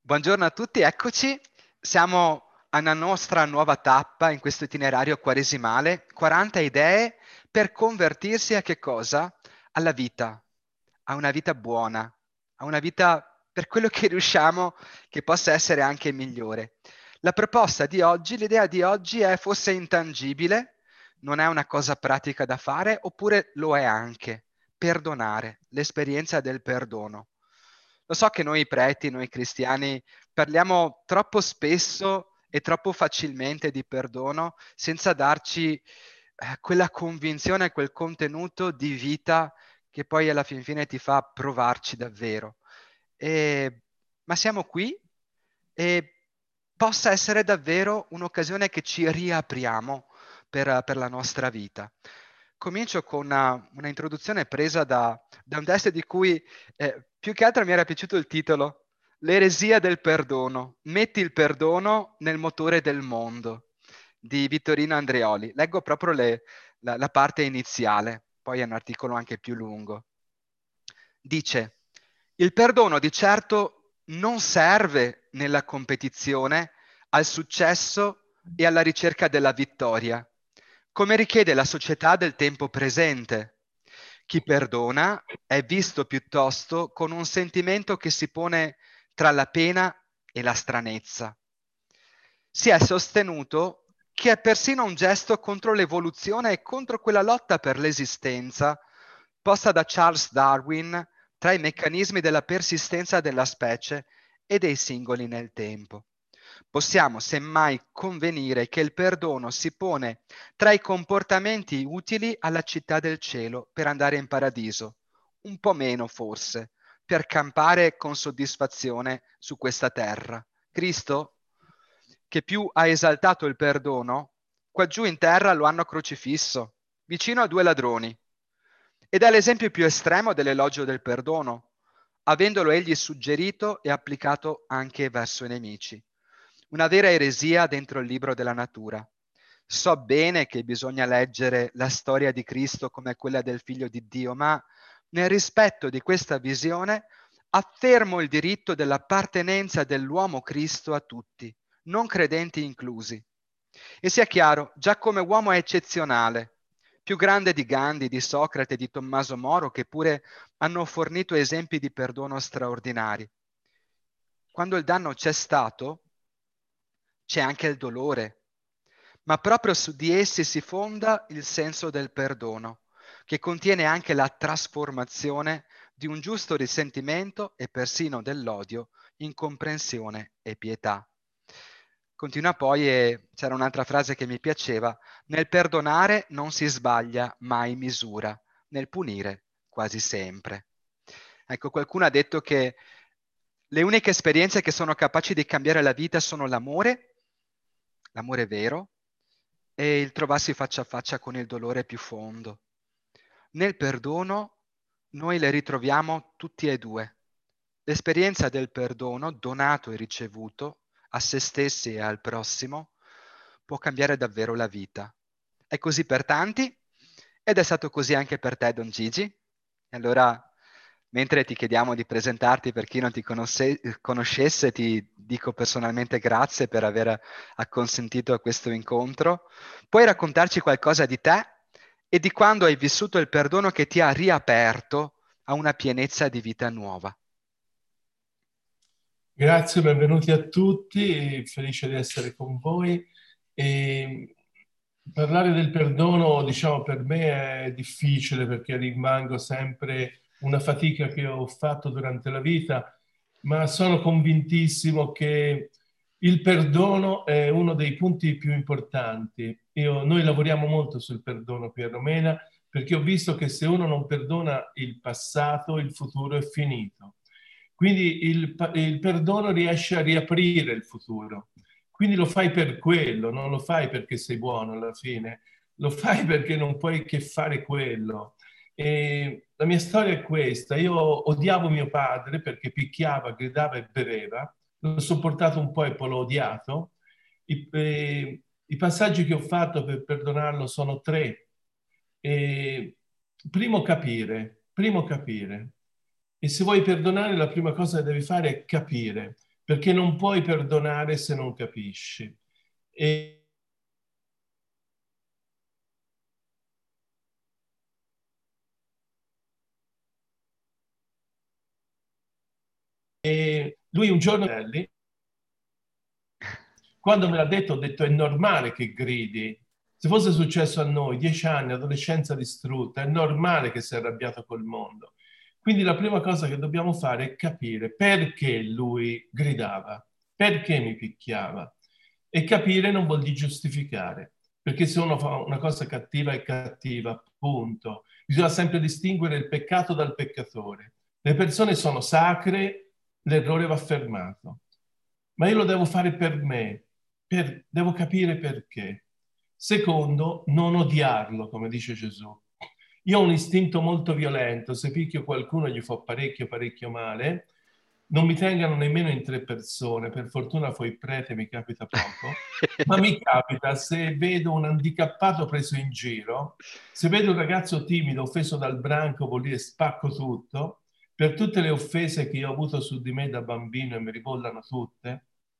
Buongiorno a tutti, eccoci. Siamo a una nostra nuova tappa in questo itinerario quaresimale, 40 idee per convertirsi a che cosa? Alla vita, a una vita buona, a una vita per quello che riusciamo che possa essere anche migliore. La proposta di oggi, l'idea di oggi è fosse intangibile, non è una cosa pratica da fare, oppure lo è anche, perdonare, l'esperienza del perdono. Lo so che noi preti, noi cristiani, parliamo troppo spesso e troppo facilmente di perdono senza darci quella convinzione, quel contenuto di vita che poi alla fin fine ti fa provarci davvero. E- ma siamo qui e possa essere davvero un'occasione che ci riapriamo per la nostra vita. Comincio con una introduzione presa da un testo di cui più che altro mi era piaciuto il titolo, L'eresia del perdono. Metti il perdono nel motore del mondo, di Vittorino Andreoli. Leggo proprio la parte iniziale, poi è un articolo anche più lungo. Dice, il perdono di certo non serve nella competizione al successo e alla ricerca della vittoria, come richiede la società del tempo presente. Chi perdona è visto piuttosto con un sentimento che si pone tra la pena e la stranezza. Si è sostenuto che è persino un gesto contro l'evoluzione e contro quella lotta per l'esistenza posta da Charles Darwin tra i meccanismi della persistenza della specie e dei singoli nel tempo. Possiamo semmai convenire che il perdono si pone tra i comportamenti utili alla città del cielo per andare in paradiso, un po' meno forse, per campare con soddisfazione su questa terra. Cristo, che più ha esaltato il perdono, qua giù in terra lo hanno crocifisso, vicino a due ladroni. Ed è l'esempio più estremo dell'elogio del perdono, avendolo egli suggerito e applicato anche verso i nemici. Una vera eresia dentro il libro della natura. So bene che bisogna leggere la storia di Cristo come quella del figlio di Dio, ma nel rispetto di questa visione affermo il diritto dell'appartenenza dell'uomo Cristo a tutti, non credenti inclusi. E sia chiaro, già come uomo è eccezionale, più grande di Gandhi, di Socrate, di Tommaso Moro, che pure hanno fornito esempi di perdono straordinari. Quando il danno c'è stato, c'è anche il dolore, ma proprio su di essi si fonda il senso del perdono, che contiene anche la trasformazione di un giusto risentimento e persino dell'odio in comprensione e pietà. Continua poi e c'era un'altra frase che mi piaceva, nel perdonare non si sbaglia mai misura, nel punire quasi sempre. Ecco, qualcuno ha detto che le uniche esperienze che sono capaci di cambiare la vita sono l'amore vero, e il trovarsi faccia a faccia con il dolore più fondo. Nel perdono noi le ritroviamo tutti e due. L'esperienza del perdono, donato e ricevuto, a se stessi e al prossimo, può cambiare davvero la vita. È così per tanti ed è stato così anche per te, Don Gigi. E allora, mentre ti chiediamo di presentarti per chi non ti conoscesse, ti dico personalmente grazie per aver acconsentito a questo incontro. Puoi raccontarci qualcosa di te e di quando hai vissuto il perdono che ti ha riaperto a una pienezza di vita nuova? Grazie, benvenuti a tutti, felice di essere con voi. E parlare del perdono, diciamo, per me è difficile perché rimango sempre una fatica che ho fatto durante la vita, ma sono convintissimo che il perdono è uno dei punti più importanti. Noi lavoriamo molto sul perdono qui a Romena perché ho visto che se uno non perdona il passato, il futuro è finito. Quindi il perdono riesce a riaprire il futuro. Quindi lo fai per quello, non lo fai perché sei buono alla fine, lo fai perché non puoi che fare quello. E la mia storia è questa: io odiavo mio padre perché picchiava, gridava e beveva, l'ho sopportato un po' e poi l'ho odiato. I passaggi che ho fatto per perdonarlo sono tre. E, primo capire, primo capire. E se vuoi perdonare, la prima cosa che devi fare è capire. perché non puoi perdonare se non capisci. E lui un giorno, quando me l'ha detto, ho detto è normale che gridi. Se fosse successo a noi, 10 anni, adolescenza distrutta, è normale che sia arrabbiato col mondo. Quindi la prima cosa che dobbiamo fare è capire perché lui gridava, perché mi picchiava. E capire non vuol dire giustificare, perché se uno fa una cosa cattiva è cattiva, punto. Bisogna sempre distinguere il peccato dal peccatore. Le persone sono sacre, l'errore va fermato. Ma io lo devo fare per me, devo capire perché. Secondo, non odiarlo, come dice Gesù. Io ho un istinto molto violento, se picchio qualcuno gli fa parecchio, parecchio male, non mi tengano nemmeno in 3 persone, per fortuna poi prete mi capita poco, ma mi capita se vedo un handicappato preso in giro, se vedo un ragazzo timido offeso dal branco, vuol dire spacco tutto, per tutte le offese che io ho avuto su di me da bambino e mi ribollano tutte,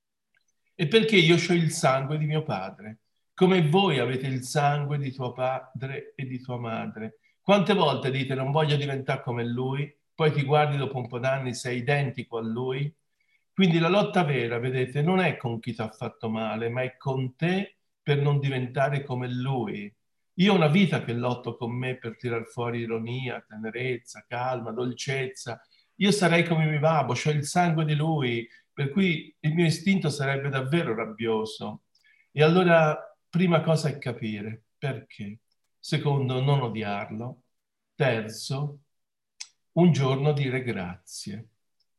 e perché io ho il sangue di mio padre, come voi avete il sangue di tuo padre e di tua madre. Quante volte dite non voglio diventare come lui, poi ti guardi dopo un po' d'anni, sei identico a lui? Quindi la lotta vera, vedete, non è con chi ti ha fatto male, ma è con te per non diventare come lui. Io ho una vita che lotto con me per tirar fuori ironia, tenerezza, calma, dolcezza. Io sarei come mio babbo, c'ho il sangue di lui, per cui il mio istinto sarebbe davvero rabbioso. E allora, prima cosa è capire perché. Secondo, non odiarlo. Terzo, un giorno dire grazie.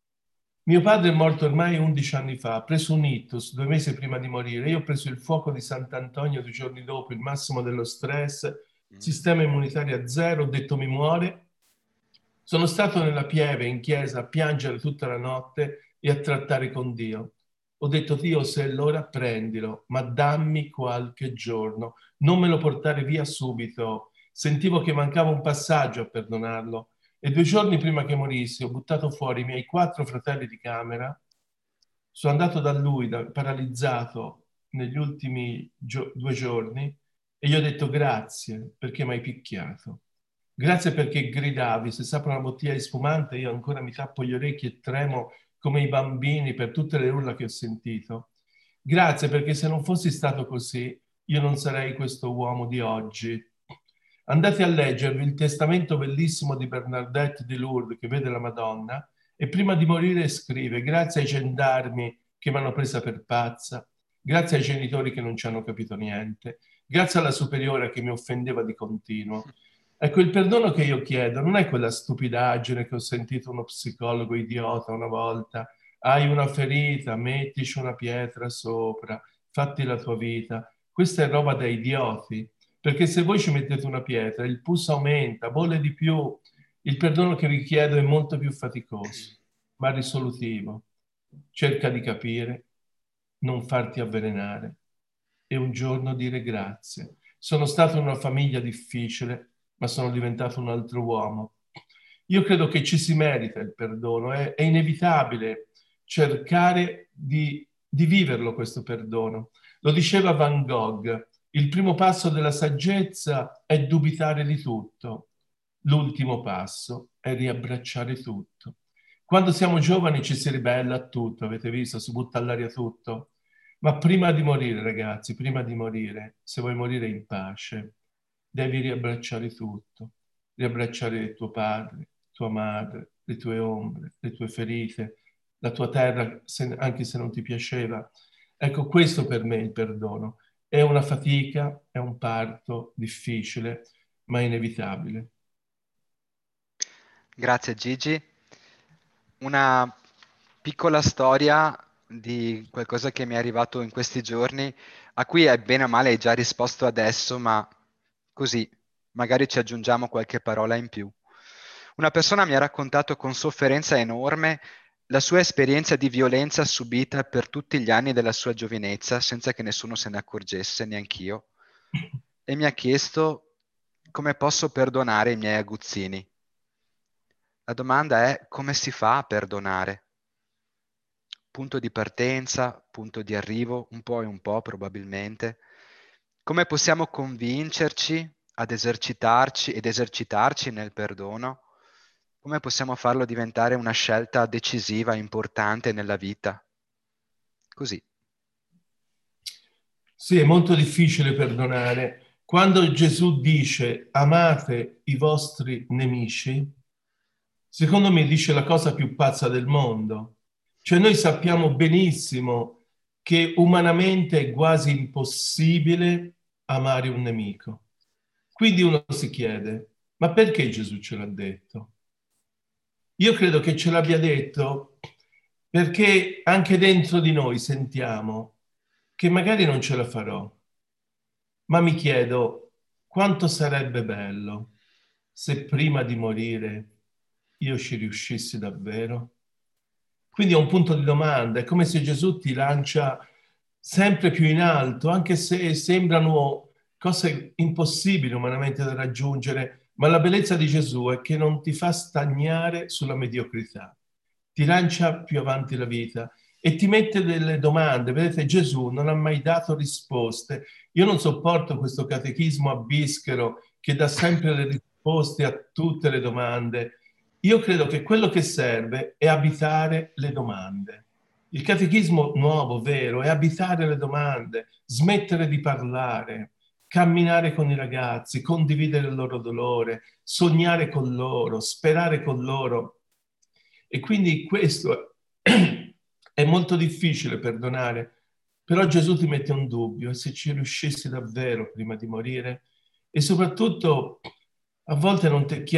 Mio padre è morto ormai 11 anni fa, ha preso un ictus 2 mesi prima di morire. Io ho preso il fuoco di Sant'Antonio 2 giorni dopo, il massimo dello stress, Mm. sistema immunitario a zero, ho detto mi muore. Sono stato nella pieve, in chiesa, a piangere tutta la notte e a trattare con Dio. Ho detto, Dio, se è l'ora prendilo, ma dammi qualche giorno, non me lo portare via subito. Sentivo che mancava un passaggio a perdonarlo. E 2 giorni prima che morissi ho buttato fuori i miei 4 fratelli di camera, sono andato da lui, paralizzato negli ultimi 2 giorni, e gli ho detto grazie perché mi hai picchiato. Grazie perché gridavi, se sapeva una bottiglia di spumante io ancora mi tappo gli orecchi e tremo come i bambini per tutte le urla che ho sentito. Grazie perché se non fossi stato così io non sarei questo uomo di oggi. Andate a leggervi il testamento bellissimo di Bernadette di Lourdes che vede la Madonna e prima di morire scrive grazie ai gendarmi che mi hanno presa per pazza, grazie ai genitori che non ci hanno capito niente, grazie alla superiore che mi offendeva di continuo. Ecco, il perdono che io chiedo non è quella stupidaggine che ho sentito uno psicologo idiota una volta. Hai una ferita, mettici una pietra sopra, fatti la tua vita. Questa è roba da idioti, perché se voi ci mettete una pietra, il pus aumenta, bolle di più. Il perdono che vi chiedo è molto più faticoso, ma risolutivo. Cerca di capire, non farti avvelenare e un giorno dire grazie. Sono stato in una famiglia difficile, ma sono diventato un altro uomo. Io credo che ci si merita il perdono, è inevitabile cercare di viverlo questo perdono. Lo diceva Van Gogh, il primo passo della saggezza è dubitare di tutto, l'ultimo passo è riabbracciare tutto. Quando siamo giovani ci si ribella a tutto, avete visto, si butta all'aria tutto. Ma prima di morire, ragazzi, prima di morire, se vuoi morire in pace, devi riabbracciare tutto, riabbracciare tuo padre, tua madre, le tue ombre, le tue ferite, la tua terra, anche se non ti piaceva. Ecco, questo per me è il perdono. È una fatica, è un parto difficile, ma inevitabile. Grazie Gigi. Una piccola storia di qualcosa che mi è arrivato in questi giorni, a cui è bene o male hai già risposto adesso, ma così magari ci aggiungiamo qualche parola in più. Una persona mi ha raccontato con sofferenza enorme la sua esperienza di violenza subita per tutti gli anni della sua giovinezza, senza che nessuno se ne accorgesse, neanch'io, e mi ha chiesto come posso perdonare i miei aguzzini. La domanda è come si fa a perdonare? punto di partenza, punto di arrivo, un po' e un po' probabilmente. Come possiamo convincerci ad esercitarci ed esercitarci nel perdono? Come possiamo farlo diventare una scelta decisiva, importante nella vita? Così. Sì, è molto difficile perdonare. Quando Gesù dice amate i vostri nemici, secondo me dice la cosa più pazza del mondo. Cioè noi sappiamo benissimo che umanamente è quasi impossibile amare un nemico. Quindi uno si chiede, ma perché Gesù ce l'ha detto? Io credo che ce l'abbia detto perché anche dentro di noi sentiamo che magari non ce la farò, ma mi chiedo quanto sarebbe bello se prima di morire io ci riuscissi davvero. Quindi è un punto di domanda, è come se Gesù ti lancia sempre più in alto, anche se sembrano cose impossibili umanamente da raggiungere, ma la bellezza di Gesù è che non ti fa stagnare sulla mediocrità, ti lancia più avanti la vita e ti mette delle domande. Vedete, Gesù non ha mai dato risposte. Io non sopporto questo catechismo a bischero che dà sempre le risposte a tutte le domande. Io credo che quello che serve è abitare le domande. Il catechismo nuovo, vero, è abitare le domande, smettere di parlare, camminare con i ragazzi, condividere il loro dolore, sognare con loro, sperare con loro. E quindi questo è molto difficile perdonare, però Gesù ti mette un dubbio, e se ci riuscissi davvero prima di morire, e soprattutto a volte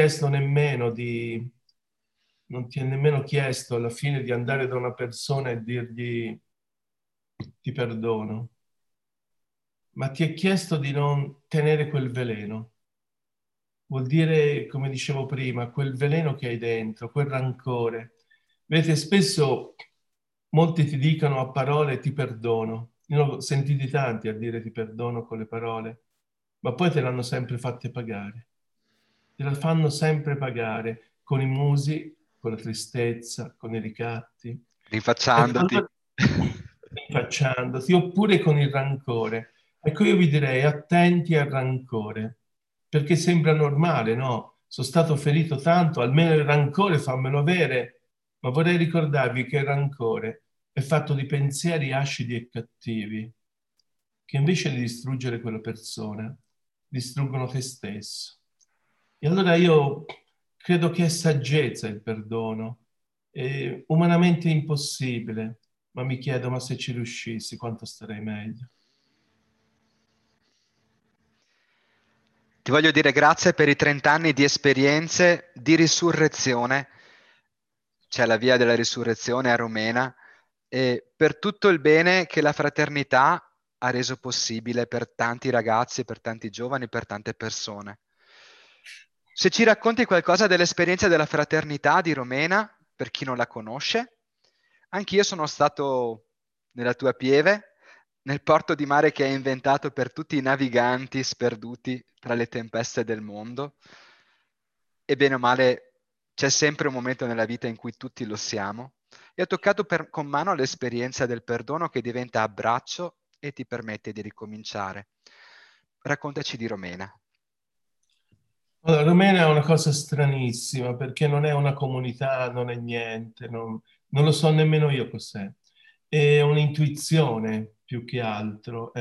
non ti è nemmeno chiesto alla fine di andare da una persona e dirgli ti perdono, ma ti è chiesto di non tenere quel veleno. Vuol dire, come dicevo prima, quel veleno che hai dentro, quel rancore. Vedete, spesso molti ti dicono a parole ti perdono. Io ne ho sentiti tanti a dire ti perdono con le parole, ma poi te l'hanno sempre fatte pagare. Te la fanno sempre pagare con i musi, con la tristezza, con i ricatti. Ecco, Rinfacciandoti. allora, rinfacciandoti, oppure con il rancore. Ecco, io vi direi attenti al rancore, perché sembra normale, no? Sono stato ferito tanto, almeno il rancore fammelo avere, ma vorrei ricordarvi che il rancore è fatto di pensieri acidi e cattivi, che invece di distruggere quella persona, distruggono te stesso. E allora io credo che è saggezza il perdono, è umanamente impossibile, ma mi chiedo, ma se ci riuscissi, quanto starei meglio. Ti voglio dire grazie per i 30 anni di esperienze di risurrezione. C'è la via della risurrezione a Romena e per tutto il bene che la fraternità ha reso possibile per tanti ragazzi, per tanti giovani, per tante persone. Se ci racconti qualcosa dell'esperienza della fraternità di Romena, per chi non la conosce, anch'io sono stato nella tua pieve, nel porto di mare che hai inventato per tutti i naviganti sperduti tra le tempeste del mondo. E bene o male c'è sempre un momento nella vita in cui tutti lo siamo. E ho toccato con mano l'esperienza del perdono che diventa abbraccio e ti permette di ricominciare. Raccontaci di Romena. Allora, Romena è una cosa stranissima perché non è una comunità, non è niente, non lo so nemmeno io cos'è. È un'intuizione più che altro,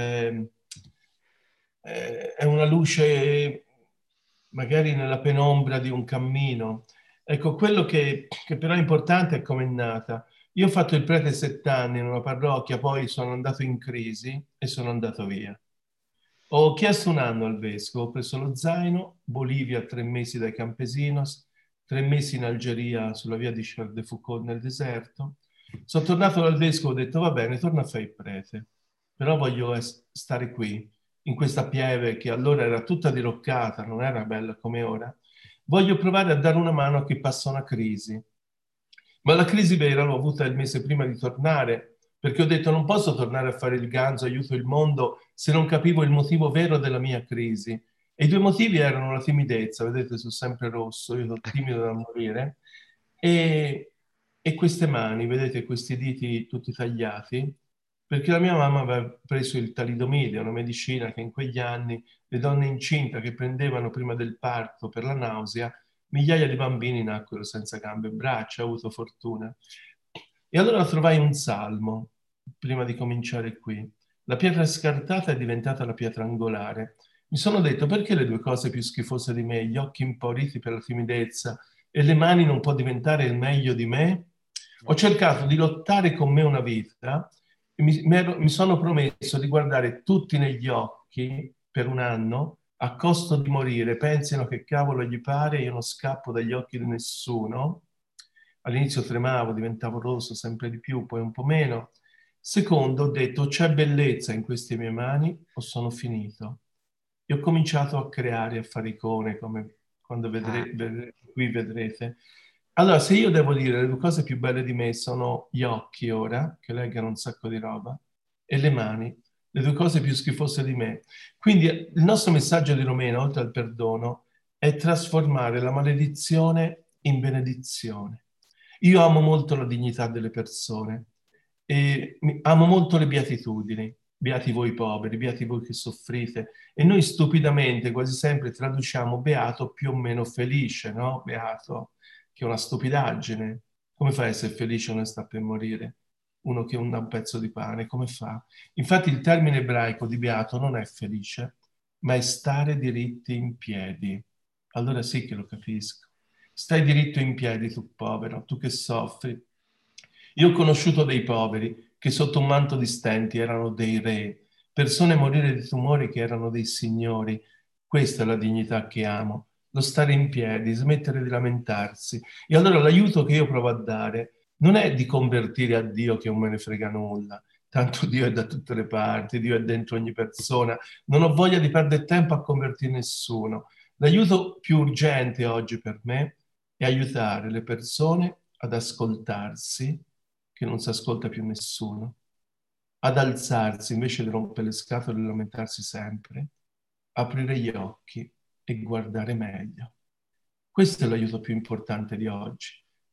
è una luce magari nella penombra di un cammino. Ecco, quello che però è importante è come è nata. Io ho fatto il prete 7 anni in una parrocchia, poi sono andato in crisi e sono andato via. Ho chiesto un anno al vescovo, ho preso lo zaino, Bolivia 3 mesi dai Campesinos, 3 mesi in Algeria sulla via di Charles de Foucault nel deserto. Sono tornato dal vescovo e ho detto va bene, torna a fare il prete, però voglio stare qui, in questa pieve che allora era tutta diroccata, non era bella come ora. Voglio provare a dare una mano a chi passa una crisi. Ma la crisi vera l'ho avuta il mese prima di tornare, perché ho detto non posso tornare a fare il ganzo, aiuto il mondo, se non capivo il motivo vero della mia crisi. E i due motivi erano la timidezza, vedete, sono sempre rosso, io sono timido da morire, e, E queste mani, vedete questi diti tutti tagliati, perché la mia mamma aveva preso il talidomide, una medicina che in quegli anni le donne incinte che prendevano prima del parto per la nausea, migliaia di bambini nacquero senza gambe e braccia, ho avuto fortuna. E allora trovai un salmo, prima di cominciare qui. La pietra scartata è diventata la pietra angolare. Mi sono detto, perché le due cose più schifose di me, gli occhi impauriti per la timidezza e le mani non può diventare il meglio di me? Ho cercato di lottare con me una vita e mi sono promesso di guardare tutti negli occhi per un anno a costo di morire. Pensino che cavolo gli pare, io non scappo dagli occhi di nessuno. All'inizio tremavo, diventavo rosso sempre di più, poi un po' meno. Secondo, ho detto, c'è bellezza in queste mie mani o sono finito. E ho cominciato a creare, a fare icone, come quando Ah, qui vedrete. Allora, se io devo dire le due cose più belle di me sono gli occhi ora, che leggono un sacco di roba, e le mani, le due cose più schifose di me. Quindi il nostro messaggio di Romena, oltre al perdono, è trasformare la maledizione in benedizione. Io amo molto la dignità delle persone e amo molto le beatitudini. Beati voi poveri, beati voi che soffrite. E noi stupidamente quasi sempre traduciamo beato più o meno felice, no? Beato, che è una stupidaggine. Come fa a essere felice uno che sta per morire? Uno che ha un pezzo di pane, come fa? Infatti il termine ebraico di beato non è felice, ma è stare diritti in piedi. Allora sì che lo capisco. Stai diritto in piedi tu povero, tu che soffri. Io ho conosciuto dei poveri che sotto un manto di stenti erano dei re, persone morire di tumori che erano dei signori. Questa è la dignità che amo, lo stare in piedi, smettere di lamentarsi. E allora l'aiuto che io provo a dare non è di convertire a Dio che non me ne frega nulla. Tanto Dio è da tutte le parti, Dio è dentro ogni persona. Non ho voglia di perdere tempo a convertire nessuno. L'aiuto più urgente oggi per me è aiutare le persone ad ascoltarsi, che non si ascolta più nessuno, ad alzarsi invece di rompere le scatole e lamentarsi sempre, aprire gli occhi e guardare meglio. Questo è l'aiuto più importante di oggi.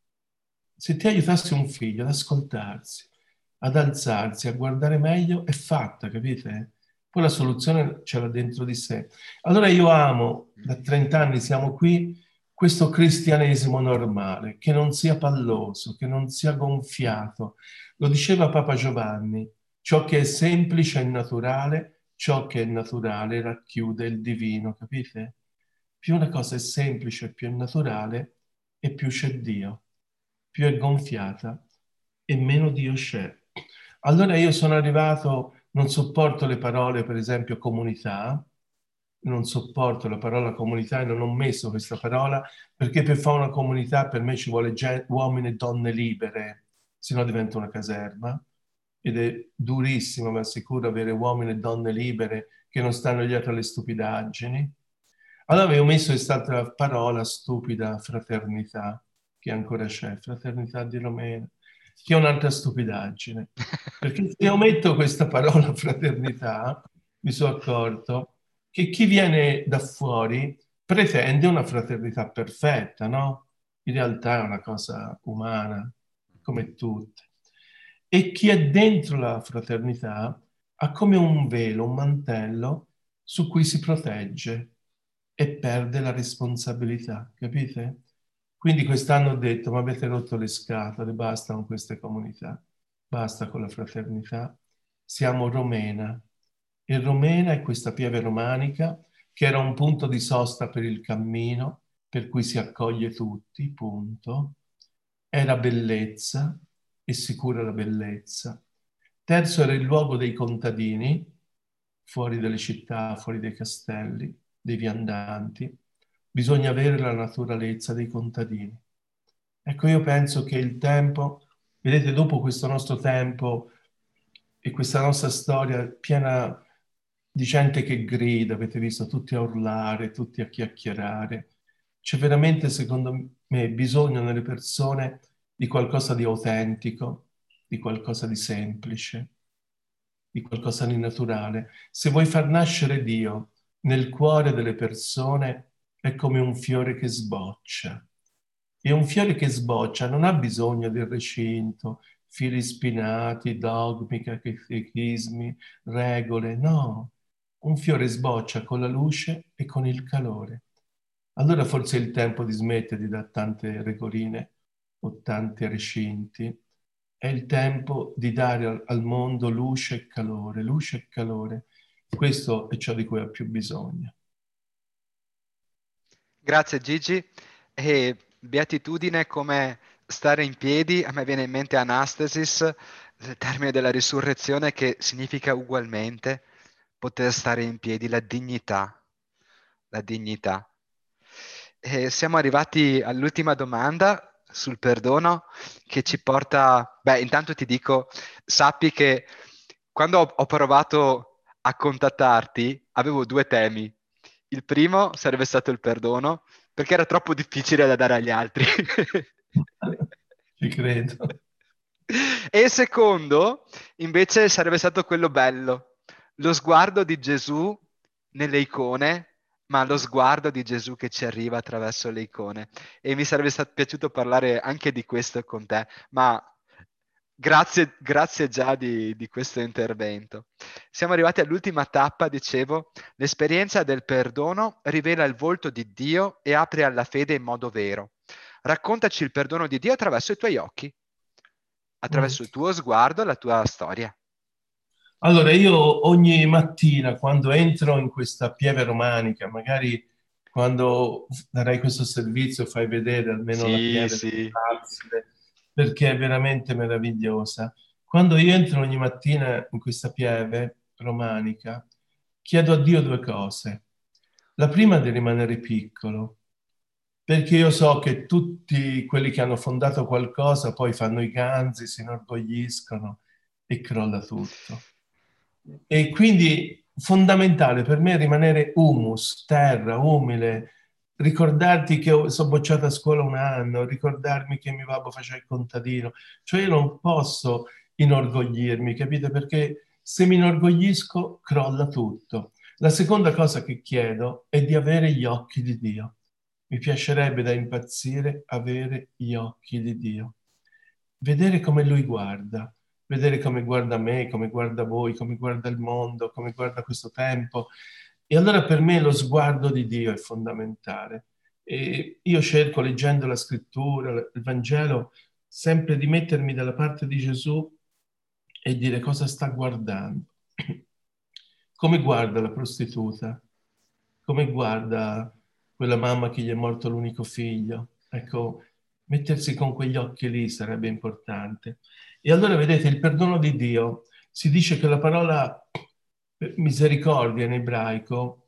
Se ti aiutassi un figlio ad ascoltarsi, ad alzarsi, a guardare meglio, è fatta, capite? Poi la soluzione ce l'ha dentro di sé. Allora io amo, da 30 anni siamo qui, questo cristianesimo normale, che non sia palloso, che non sia gonfiato. Lo diceva Papa Giovanni, ciò che è semplice e naturale, ciò che è naturale racchiude il divino, capite? Più una cosa è semplice, più è naturale e più c'è Dio, più è gonfiata e meno Dio c'è. Allora io sono arrivato, non sopporto le parole, per esempio, comunità, non sopporto la parola comunità e non ho messo questa parola perché per fare una comunità per me ci vuole uomini e donne libere, se no diventa una caserma. Ed è durissimo, mi assicuro, avere uomini e donne libere che non stanno dietro alle stupidaggini. Allora avevo messo quest'altra parola stupida, fraternità, che ancora c'è, fraternità di Romena, che è un'altra stupidaggine. Perché se io metto questa parola fraternità, mi sono accorto che chi viene da fuori pretende una fraternità perfetta, no? In realtà è una cosa umana, come tutte. E chi è dentro la fraternità ha come un velo, un mantello su cui si protegge e perde la responsabilità, capite? Quindi quest'anno ho detto, ma avete rotto le scatole, basta con queste comunità, basta con la fraternità, siamo Romena. E Romena è questa pieve romanica che era un punto di sosta per il cammino, per cui si accoglie tutti, punto. Era bellezza e si cura la bellezza. Terzo era il luogo dei contadini, fuori dalle città, fuori dai castelli, dei viandanti. Bisogna avere la naturalezza dei contadini. Ecco, io penso che il tempo, vedete, dopo questo nostro tempo e questa nostra storia piena di gente che grida, avete visto, tutti a urlare, tutti a chiacchierare, c'è veramente, secondo me, bisogno nelle persone di qualcosa di autentico, di qualcosa di semplice, di qualcosa di naturale. Se vuoi far nascere Dio nel cuore delle persone, è come un fiore che sboccia. E un fiore che sboccia non ha bisogno del recinto, fili spinati, dogmi, catechismi, regole, no. Un fiore sboccia con la luce e con il calore. Allora forse è il tempo di smettere di dare tante regoline o tanti recinti. È il tempo di dare al mondo luce e calore, luce e calore. Questo è ciò di cui ha più bisogno. Grazie Gigi. E beatitudine come stare in piedi, a me viene in mente anastasis, il termine della risurrezione che significa ugualmente poter stare in piedi, la dignità, la dignità. E siamo arrivati all'ultima domanda sul perdono che ci porta, beh, intanto ti dico, sappi che quando ho provato a contattarti avevo due temi. Il primo sarebbe stato il perdono, perché era troppo difficile da dare agli altri. Ci credo. E il secondo, invece, sarebbe stato quello bello, lo sguardo di Gesù nelle icone, ma lo sguardo di Gesù che ci arriva attraverso le icone. E mi sarebbe piaciuto parlare anche di questo con te, ma grazie, grazie già di questo intervento. Siamo arrivati all'ultima tappa, dicevo, l'esperienza del perdono rivela il volto di Dio e apre alla fede in modo vero. Raccontaci il perdono di Dio attraverso i tuoi occhi, Mm. attraverso il tuo sguardo, la tua storia. Allora, io ogni mattina quando entro in questa pieve romanica, magari quando darai questo servizio fai vedere almeno la Sì, pieve sì. stabile, perché è veramente meravigliosa. Quando io entro ogni mattina in questa pieve romanica, chiedo a Dio due cose. La prima è di rimanere piccolo, perché io so che tutti quelli che hanno fondato qualcosa poi fanno i ganzi, si inorgogliscono e crolla tutto. E quindi fondamentale per me è rimanere humus, terra, umile, ricordarti che sono bocciato a scuola un anno, ricordarmi che mio babbo faceva il contadino. Cioè io non posso inorgoglirmi, capite? Perché se mi inorgoglisco crolla tutto. La seconda cosa che chiedo è di avere gli occhi di Dio. Mi piacerebbe da impazzire avere gli occhi di Dio, vedere come Lui guarda, vedere come guarda me, come guarda voi, come guarda il mondo, come guarda questo tempo. E allora per me lo sguardo di Dio è fondamentale. E io cerco, leggendo la scrittura, il Vangelo, sempre di mettermi dalla parte di Gesù e dire cosa sta guardando. Come guarda la prostituta? Come guarda quella mamma che gli è morto l'unico figlio? Ecco, mettersi con quegli occhi lì sarebbe importante. E allora vedete, il perdono di Dio, si dice che la parola misericordia in ebraico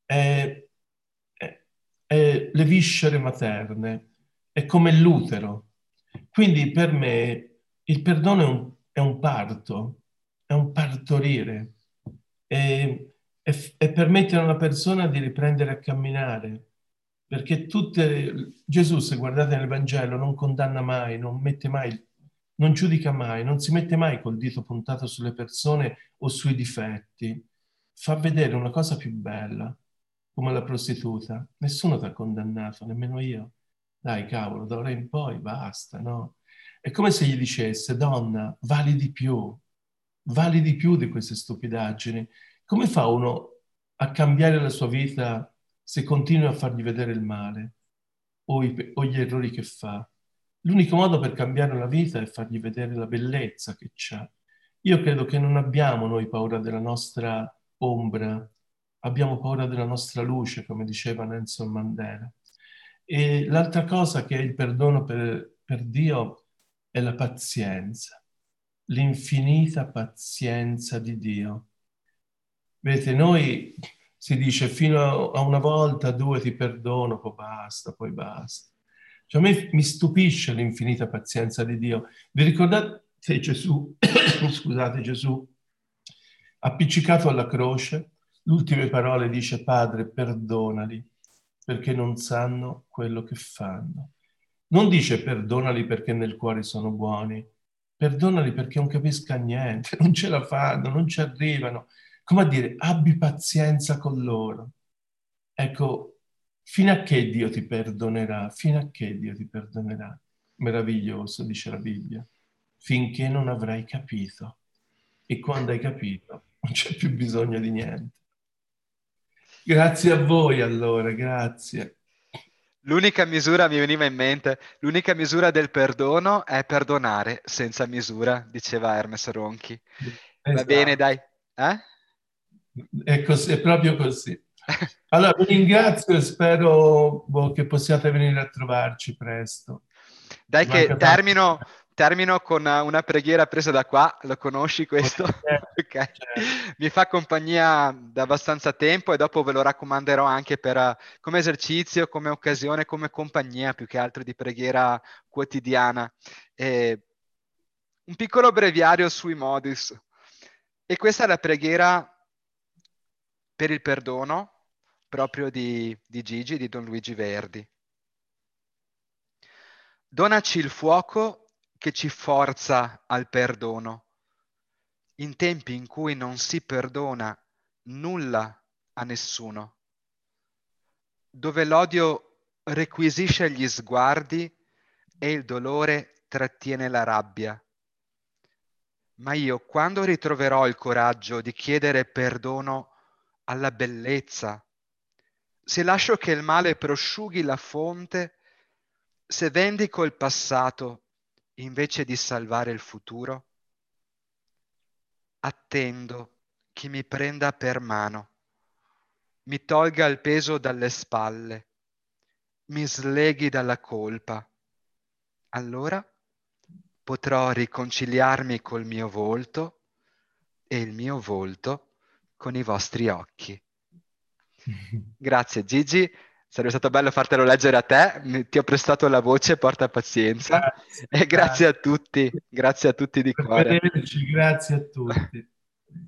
è, è le viscere materne, è come l'utero. Quindi per me il perdono è un parto, è un partorire, è permettere a una persona di riprendere a camminare. Perché Gesù, se guardate nel Vangelo, non condanna mai, non mette mai, non giudica mai, non si mette mai col dito puntato sulle persone o sui difetti. Fa vedere una cosa più bella, come la prostituta. Nessuno ti ha condannato, nemmeno io. Dai, cavolo, da ora in poi basta, no? È come se gli dicesse, donna, vali di più di queste stupidaggini. Come fa uno a cambiare la sua vita se continui a fargli vedere il male o gli errori che fa? L'unico modo per cambiare la vita è fargli vedere la bellezza che c'ha. Io credo che non abbiamo noi paura della nostra ombra, abbiamo paura della nostra luce, come diceva Nelson Mandela. E l'altra cosa che è il perdono per Dio è la pazienza, l'infinita pazienza di Dio. Vedete, noi si dice fino a una volta, due ti perdono, poi basta, poi basta. Cioè, a me mi stupisce l'infinita pazienza di Dio. Vi ricordate Gesù, scusate, Gesù, appiccicato alla croce, le ultime parole dice, Padre, perdonali, perché non sanno quello che fanno. Non dice perdonali perché nel cuore sono buoni, perdonali perché non capisca niente, non ce la fanno, non ci arrivano. Come a dire, abbi pazienza con loro. Ecco, Fino a che Dio ti perdonerà? Fino a che Dio ti perdonerà? Meraviglioso, dice la Bibbia. Finché non avrai capito. E quando hai capito, non c'è più bisogno di niente. Grazie a voi allora, grazie. L'unica misura, mi veniva in mente, l'unica misura del perdono è perdonare senza misura, diceva Hermes Ronchi. Va bene, Esatto, dai. Eh? è così, è proprio così. Allora, vi ringrazio e spero che possiate venire a trovarci presto. Dai che Manca tanto. termino con una preghiera presa da qua, lo conosci questo? Ok. Certo. Mi fa compagnia da abbastanza tempo e dopo ve lo raccomanderò anche per, come esercizio, come occasione, come compagnia, più che altro di preghiera quotidiana. E un piccolo breviario sui modus. E questa è la preghiera per il perdono proprio di Gigi, di Don Luigi Verdi. Donaci il fuoco che ci forza al perdono, in tempi in cui non si perdona nulla a nessuno, dove l'odio requisisce gli sguardi e il dolore trattiene la rabbia. Ma io, quando ritroverò il coraggio di chiedere perdono alla bellezza, se lascio che il male prosciughi la fonte, se vendico il passato invece di salvare il futuro, attendo chi mi prenda per mano, mi tolga il peso dalle spalle, mi sleghi dalla colpa. Allora potrò riconciliarmi col mio volto e il mio volto con i vostri occhi. Grazie Gigi, sarebbe stato bello fartelo leggere a te, ti ho prestato la voce, porta pazienza Grazie, e grazie. grazie a tutti di cuore. Arrivederci, grazie a tutti.